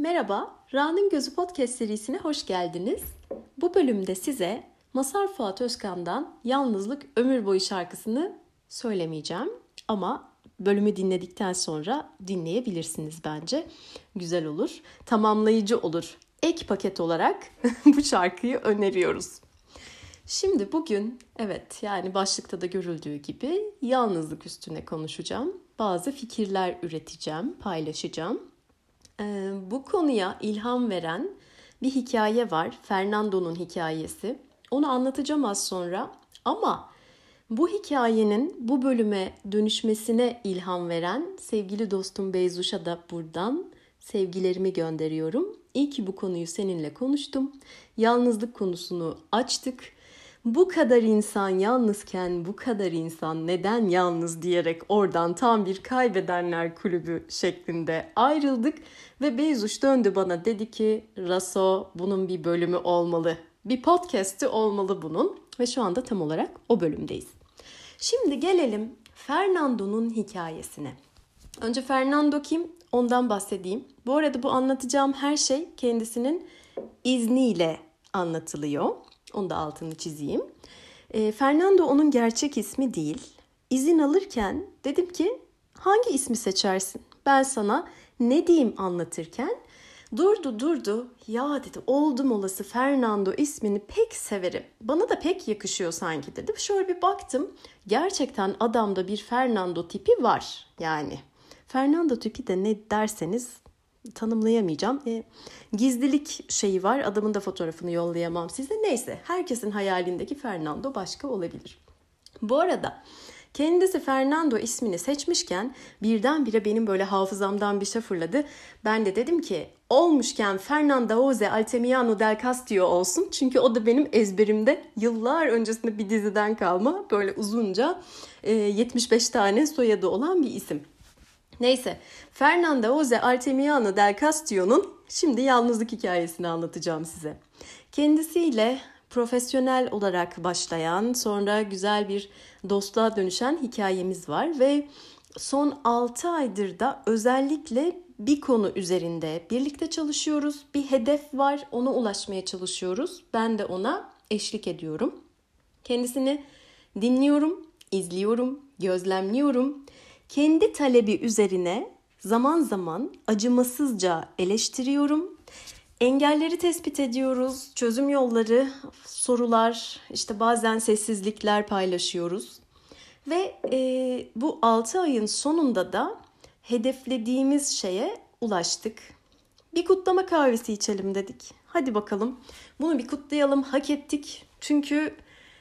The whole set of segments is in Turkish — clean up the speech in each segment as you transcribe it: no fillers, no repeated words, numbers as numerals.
Merhaba, Ra'nın Gözü Podcast serisine hoş geldiniz. Bu bölümde size Mazhar Fuat Özkan'dan Yalnızlık Ömür Boyu şarkısını söylemeyeceğim. Ama bölümü dinledikten sonra dinleyebilirsiniz bence. Güzel olur, tamamlayıcı olur. Ek paket olarak bu şarkıyı öneriyoruz. Şimdi bugün yani başlıkta da görüldüğü gibi yalnızlık üstüne konuşacağım. Bazı fikirler üreteceğim, paylaşacağım. Bu konuya ilham veren bir hikaye var. Fernando'nun hikayesi. Onu anlatacağım az sonra. Ama bu hikayenin bu bölüme dönüşmesine ilham veren sevgili dostum Beyzuş'a da buradan sevgilerimi gönderiyorum. İyi ki bu konuyu seninle konuştum. Yalnızlık konusunu açtık. Bu kadar insan yalnızken bu kadar insan neden yalnız diyerek oradan tam bir kaybedenler kulübü şeklinde ayrıldık. Ve Beyzuş döndü bana dedi ki Raso bunun bir bölümü olmalı. Bir podcast'i olmalı bunun. Ve şu anda tam olarak o bölümdeyiz. Şimdi gelelim Fernando'nun hikayesine. Önce Fernando kim? Ondan bahsedeyim. Bu arada bu anlatacağım her şey kendisinin izniyle anlatılıyor. Onu da altını çizeyim. Fernando onun gerçek ismi değil. İzin alırken dedim ki hangi ismi seçersin? Ben sana ne diyeyim anlatırken durdu. Ya dedi oldum olası Fernando ismini pek severim. Bana da pek yakışıyor sanki dedim. Şöyle bir baktım. Gerçekten adamda bir Fernando tipi var yani. Fernando tipi de ne derseniz tanımlayamayacağım. Gizlilik şeyi var. Adamın da fotoğrafını yollayamam size. Neyse herkesin hayalindeki Fernando başka olabilir. Bu arada kendisi Fernando ismini seçmişken birdenbire benim böyle hafızamdan bir şey fırladı. Ben de dedim ki olmuşken Fernando Jose Altamirano del Castillo olsun. Çünkü o da benim ezberimde yıllar öncesinde bir diziden kalma böyle uzunca 75 tane soyadı olan bir isim. Neyse, Fernando Jose Altamirano del Castillo'nun şimdi yalnızlık hikayesini anlatacağım size. Kendisiyle profesyonel olarak başlayan, sonra güzel bir dostluğa dönüşen hikayemiz var. Ve son 6 aydır da özellikle bir konu üzerinde birlikte çalışıyoruz. Bir hedef var, ona ulaşmaya çalışıyoruz. Ben de ona eşlik ediyorum. Kendisini dinliyorum, izliyorum, gözlemliyorum. Kendi talebi üzerine zaman zaman acımasızca eleştiriyorum. Engelleri tespit ediyoruz, çözüm yolları, sorular, işte bazen sessizlikler paylaşıyoruz. Ve bu 6 ayın sonunda da hedeflediğimiz şeye ulaştık. Bir kutlama kahvesi içelim dedik. Hadi bakalım bunu bir kutlayalım, hak ettik. Çünkü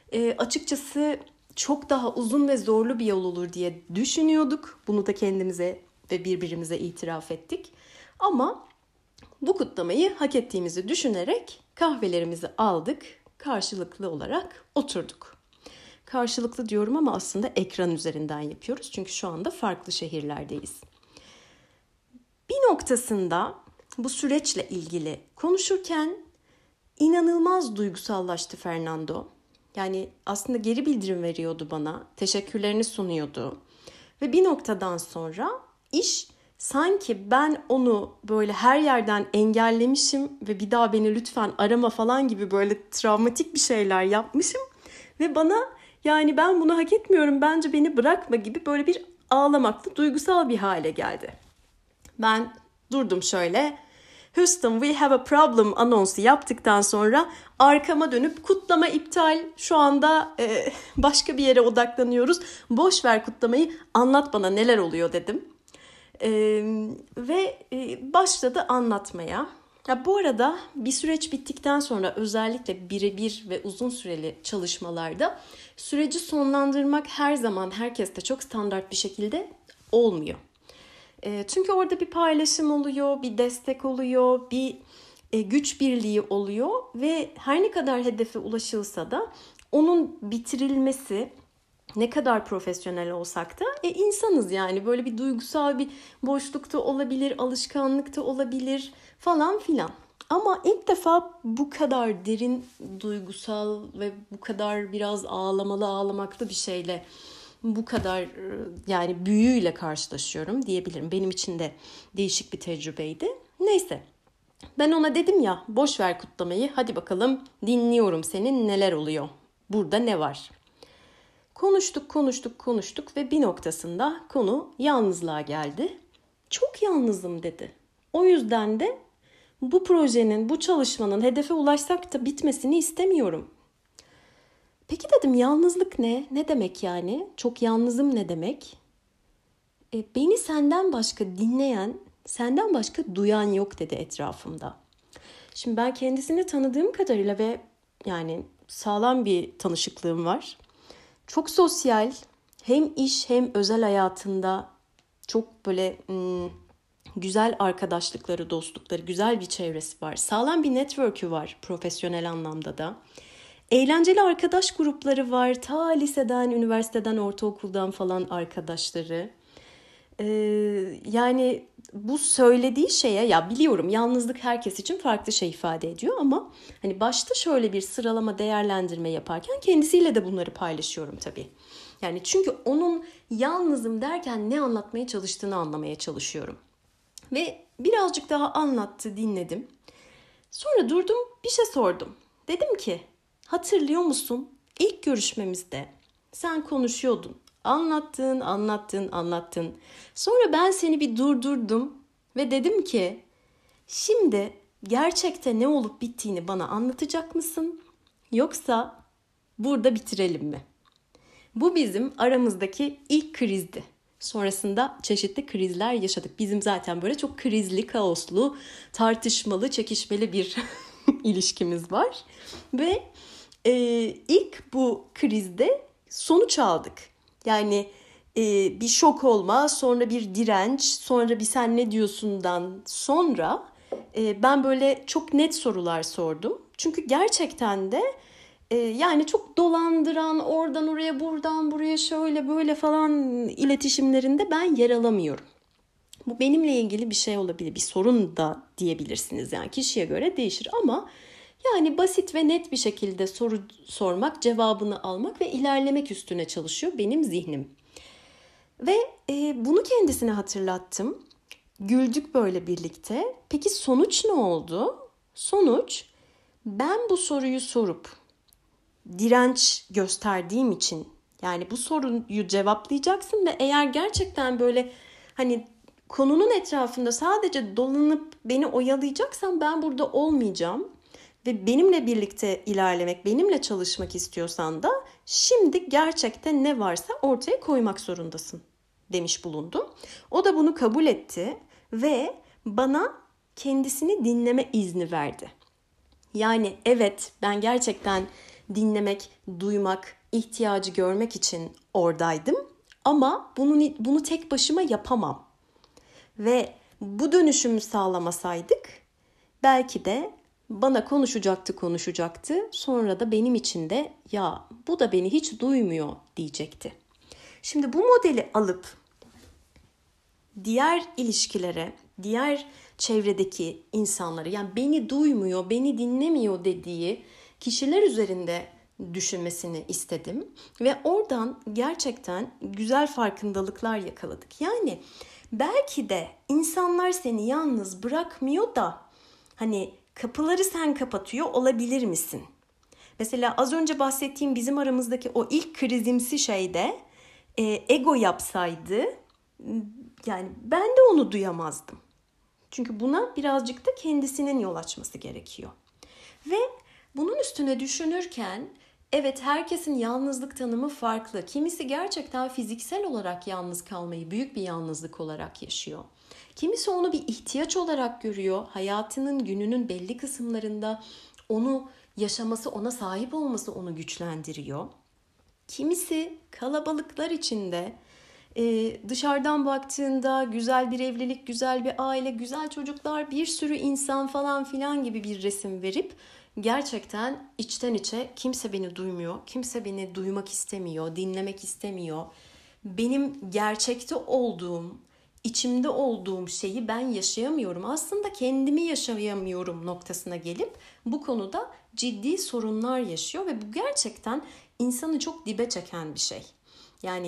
açıkçası çok daha uzun ve zorlu bir yol olur diye düşünüyorduk. Bunu da kendimize ve birbirimize itiraf ettik. Ama bu kutlamayı hak ettiğimizi düşünerek kahvelerimizi aldık. Karşılıklı olarak oturduk. Karşılıklı diyorum ama aslında ekran üzerinden yapıyoruz. Çünkü şu anda farklı şehirlerdeyiz. Bir noktasında bu süreçle ilgili konuşurken inanılmaz duygusallaştı Fernando. Yani aslında geri bildirim veriyordu bana, teşekkürlerini sunuyordu. Ve bir noktadan sonra iş sanki ben onu böyle her yerden engellemişim ve bir daha beni lütfen arama falan gibi böyle travmatik bir şeyler yapmışım. Ve bana yani ben bunu hak etmiyorum, bence beni bırakma gibi böyle bir ağlamaklı, duygusal bir hale geldi. Ben durdum şöyle. Houston we have a problem anonsu yaptıktan sonra arkama dönüp kutlama iptal, şu anda başka bir yere odaklanıyoruz. Boş ver kutlamayı, anlat bana neler oluyor dedim. Ve başladı anlatmaya. Ya bu arada bir süreç bittikten sonra özellikle birebir ve uzun süreli çalışmalarda süreci sonlandırmak her zaman herkeste çok standart bir şekilde olmuyor. Çünkü orada bir paylaşım oluyor, bir destek oluyor, bir güç birliği oluyor ve her ne kadar hedefe ulaşılsa da onun bitirilmesi ne kadar profesyonel olsak da insanız yani böyle bir duygusal bir boşlukta olabilir, alışkanlıkta olabilir falan filan. Ama ilk defa bu kadar derin duygusal ve bu kadar biraz ağlamaklı bir şeyle bu kadar yani büyüyle karşılaşıyorum diyebilirim. Benim için de değişik bir tecrübeydi. Neyse Ben ona dedim ya, boş ver kutlamayı, hadi bakalım dinliyorum senin neler oluyor. Burada ne var? Konuştuk ve bir noktasında konu yalnızlığa geldi. Çok yalnızım dedi. O yüzden de bu projenin, bu çalışmanın hedefe ulaşsak da bitmesini istemiyorum. Peki dedim, yalnızlık ne? Ne demek yani? Çok yalnızım ne demek? Beni senden başka dinleyen, senden başka duyan yok dedi etrafımda. Şimdi ben kendisini tanıdığım kadarıyla ve yani sağlam bir tanışıklığım var. Çok sosyal, hem iş hem özel hayatında çok böyle güzel arkadaşlıkları, dostlukları, güzel bir çevresi var. Sağlam bir network'ü var profesyonel anlamda da. Eğlenceli arkadaş grupları var. Ta liseden, üniversiteden, ortaokuldan falan arkadaşları. Yani bu söylediği şeye, ya biliyorum yalnızlık herkes için farklı şey ifade ediyor ama hani başta şöyle bir sıralama, değerlendirme yaparken kendisiyle de bunları paylaşıyorum tabii. Yani çünkü onun yalnızım derken ne anlatmaya çalıştığını anlamaya çalışıyorum. Ve birazcık daha anlattı, dinledim. Sonra durdum, bir şey sordum. Dedim ki, hatırlıyor musun? İlk görüşmemizde sen konuşuyordun. Anlattın. Sonra ben seni bir durdurdum ve dedim ki, şimdi gerçekte ne olup bittiğini bana anlatacak mısın? Yoksa burada bitirelim mi? Bu bizim aramızdaki ilk krizdi. Sonrasında çeşitli krizler yaşadık. Bizim zaten böyle çok krizli, kaoslu, tartışmalı, çekişmeli bir ilişkimiz var. Ve ilk bu krizde sonuç aldık. Yani bir şok olma, sonra bir direnç, sonra bir sen ne diyorsundan sonra ben böyle çok net sorular sordum. Çünkü gerçekten de yani çok dolandıran, oradan oraya, buradan buraya, şöyle böyle falan iletişimlerinde ben yer alamıyorum. Bu benimle ilgili bir şey olabilir, bir sorun da diyebilirsiniz. Yani kişiye göre değişir ama yani basit ve net bir şekilde soru sormak, cevabını almak ve ilerlemek üstüne çalışıyor benim zihnim. Ve bunu kendisine hatırlattım. Güldük böyle birlikte. Peki sonuç ne oldu? Sonuç, ben bu soruyu sorup direnç gösterdiğim için, yani bu soruyu cevaplayacaksın ve eğer gerçekten böyle hani konunun etrafında sadece dolanıp beni oyalayacaksan ben burada olmayacağım ve benimle birlikte ilerlemek, benimle çalışmak istiyorsan da şimdi gerçekten ne varsa ortaya koymak zorundasın demiş bulundum. O da bunu kabul etti ve bana kendisini dinleme izni verdi. Yani evet, ben gerçekten dinlemek, duymak, ihtiyacı görmek için oradaydım. Ama bunu tek başıma yapamam. Ve bu dönüşümü sağlamasaydık belki de bana konuşacaktı. Sonra da benim için de ya bu da beni hiç duymuyor diyecekti. Şimdi bu modeli alıp diğer ilişkilere, diğer çevredeki insanları, yani beni duymuyor, beni dinlemiyor dediği kişiler üzerinde düşünmesini istedim. Ve oradan gerçekten güzel farkındalıklar yakaladık. Yani belki de insanlar seni yalnız bırakmıyor da hani kapıları sen kapatıyor olabilir misin? Mesela az önce bahsettiğim bizim aramızdaki o ilk krizimsi şeyde ego yapsaydı yani ben de onu duyamazdım. Çünkü buna birazcık da kendisinin yol açması gerekiyor. Ve bunun üstüne düşünürken evet, herkesin yalnızlık tanımı farklı. Kimisi gerçekten fiziksel olarak yalnız kalmayı büyük bir yalnızlık olarak yaşıyor. Kimisi onu bir ihtiyaç olarak görüyor. Hayatının, gününün belli kısımlarında onu yaşaması, ona sahip olması onu güçlendiriyor. Kimisi kalabalıklar içinde dışarıdan baktığında güzel bir evlilik, güzel bir aile, güzel çocuklar, bir sürü insan falan filan gibi bir resim verip gerçekten içten içe kimse beni duymuyor, kimse beni duymak istemiyor, dinlemek istemiyor. Benim gerçekte olduğum, içimde olduğum şeyi ben yaşayamıyorum. Aslında kendimi yaşayamıyorum noktasına gelip bu konuda ciddi sorunlar yaşıyor ve bu gerçekten insanı çok dibe çeken bir şey. Yani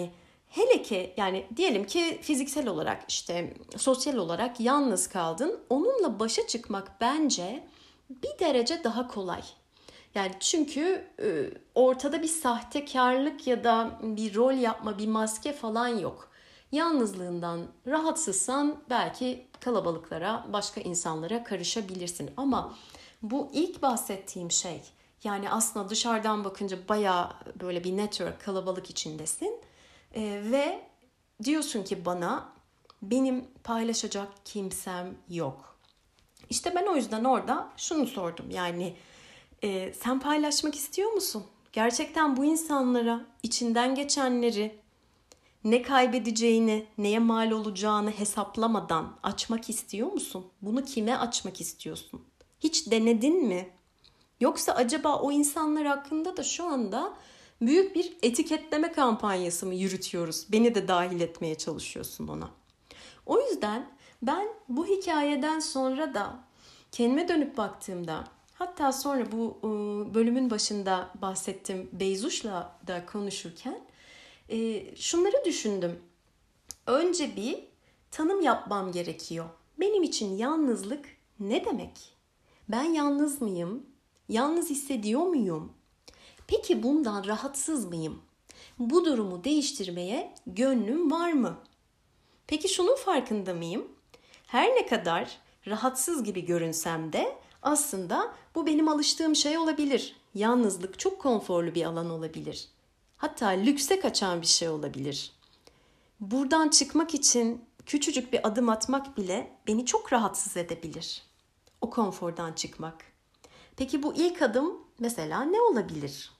Hele ki yani diyelim ki fiziksel olarak işte sosyal olarak yalnız kaldın. Onunla başa çıkmak bence bir derece daha kolay. Yani çünkü ortada bir sahtekarlık ya da bir rol yapma, bir maske falan yok. Yalnızlığından rahatsızsan belki kalabalıklara, başka insanlara karışabilirsin. Ama bu ilk bahsettiğim şey, yani aslında dışarıdan bakınca bayağı böyle bir network, kalabalık içindesin. Ve diyorsun ki bana benim paylaşacak kimsem yok. İşte ben o yüzden orada şunu sordum. Yani sen paylaşmak istiyor musun? Gerçekten bu insanlara içinden geçenleri, ne kaybedeceğini, neye mal olacağını hesaplamadan açmak istiyor musun? Bunu kime açmak istiyorsun? Hiç denedin mi? Yoksa acaba o insanlar hakkında da şu anda büyük bir etiketleme kampanyası mı yürütüyoruz? Beni de dahil etmeye çalışıyorsun ona. O yüzden ben bu hikayeden sonra da kendime dönüp baktığımda, hatta sonra bu bölümün başında bahsettiğim Beyzuş'la da konuşurken şunları düşündüm. Önce bir tanım yapmam gerekiyor. Benim için yalnızlık ne demek? Ben yalnız mıyım? Yalnız hissediyor muyum? Peki bundan rahatsız mıyım? Bu durumu değiştirmeye gönlüm var mı? Peki şunun farkında mıyım? Her ne kadar rahatsız gibi görünsem de aslında bu benim alıştığım şey olabilir. Yalnızlık çok konforlu bir alan olabilir. Hatta lükse kaçan bir şey olabilir. Buradan çıkmak için küçücük bir adım atmak bile beni çok rahatsız edebilir. O konfordan çıkmak. Peki bu ilk adım mesela ne olabilir?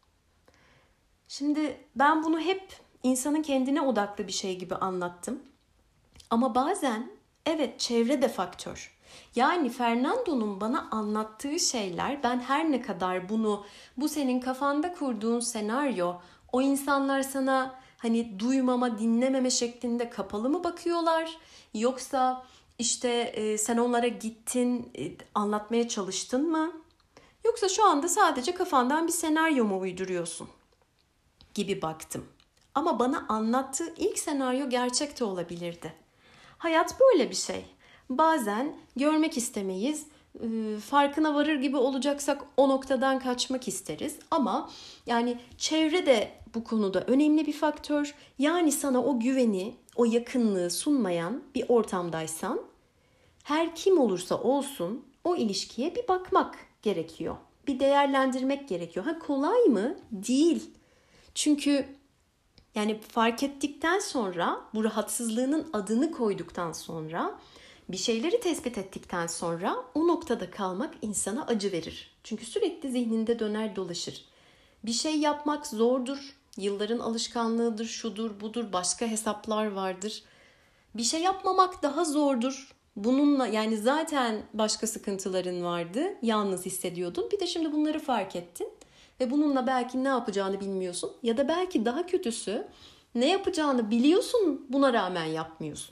Şimdi ben bunu hep insanın kendine odaklı bir şey gibi anlattım. Ama bazen evet, çevre de faktör. Yani Fernando'nun bana anlattığı şeyler, ben her ne kadar bu senin kafanda kurduğun senaryo, o insanlar sana hani duymama, dinlememe şeklinde kapalı mı bakıyorlar? Yoksa işte sen onlara gittin, anlatmaya çalıştın mı? Yoksa şu anda sadece kafandan bir senaryo mu uyduruyorsun gibi baktım. Ama bana anlattığı ilk senaryo gerçek de olabilirdi. Hayat böyle bir şey. Bazen görmek istemeyiz, farkına varır gibi olacaksak o noktadan kaçmak isteriz. Ama yani çevre de bu konuda önemli bir faktör. Yani sana o güveni, o yakınlığı sunmayan bir ortamdaysan, her kim olursa olsun o ilişkiye bir bakmak gerekiyor. Bir değerlendirmek gerekiyor. Ha, kolay mı? Değil. Çünkü yani fark ettikten sonra, bu rahatsızlığının adını koyduktan sonra, bir şeyleri tespit ettikten sonra o noktada kalmak insana acı verir. Çünkü sürekli zihninde döner dolaşır. Bir şey yapmak zordur. Yılların alışkanlığıdır, şudur, budur, başka hesaplar vardır. Bir şey yapmamak daha zordur. Bununla yani zaten başka sıkıntıların vardı. Yalnız hissediyordun. Bir de şimdi bunları fark ettin. Ve bununla belki ne yapacağını bilmiyorsun. Ya da belki daha kötüsü, ne yapacağını biliyorsun, buna rağmen yapmıyorsun.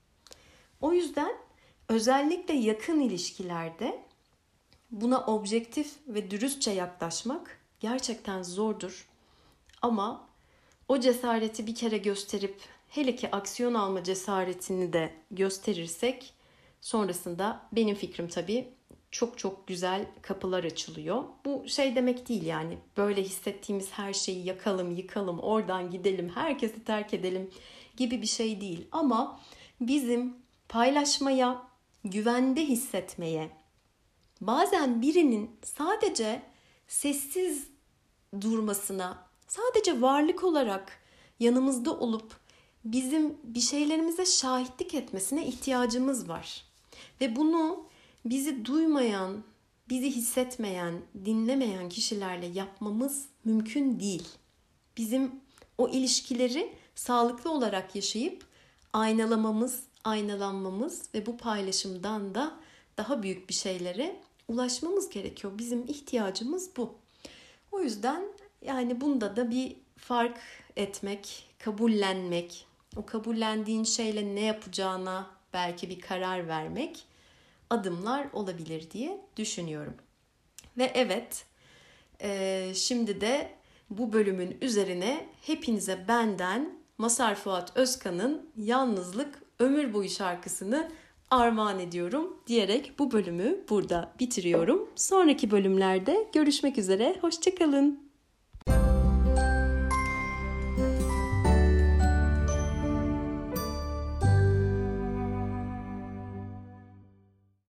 O yüzden özellikle yakın ilişkilerde buna objektif ve dürüstçe yaklaşmak gerçekten zordur. Ama o cesareti bir kere gösterip, hele ki aksiyon alma cesaretini de gösterirsek, sonrasında benim fikrim tabii çok çok güzel kapılar açılıyor. Bu şey demek değil, yani böyle hissettiğimiz her şeyi yakalım, yıkalım, oradan gidelim, herkesi terk edelim gibi bir şey değil. Ama bizim paylaşmaya, güvende hissetmeye, bazen birinin sadece sessiz durmasına, sadece varlık olarak yanımızda olup bizim bir şeylerimize şahitlik etmesine ihtiyacımız var. Ve bunu bizi duymayan, bizi hissetmeyen, dinlemeyen kişilerle yapmamız mümkün değil. Bizim o ilişkileri sağlıklı olarak yaşayıp aynalanmamız ve bu paylaşımdan da daha büyük bir şeylere ulaşmamız gerekiyor. Bizim ihtiyacımız bu. O yüzden yani bunda da bir fark etmek, kabullenmek, o kabullendiğin şeyle ne yapacağına belki bir karar vermek adımlar olabilir diye düşünüyorum. Ve evet, şimdi de bu bölümün üzerine hepinize benden Mazhar Fuat Özkan'ın Yalnızlık Ömür Boyu şarkısını armağan ediyorum diyerek bu bölümü burada bitiriyorum. Sonraki bölümlerde görüşmek üzere. Hoşça kalın.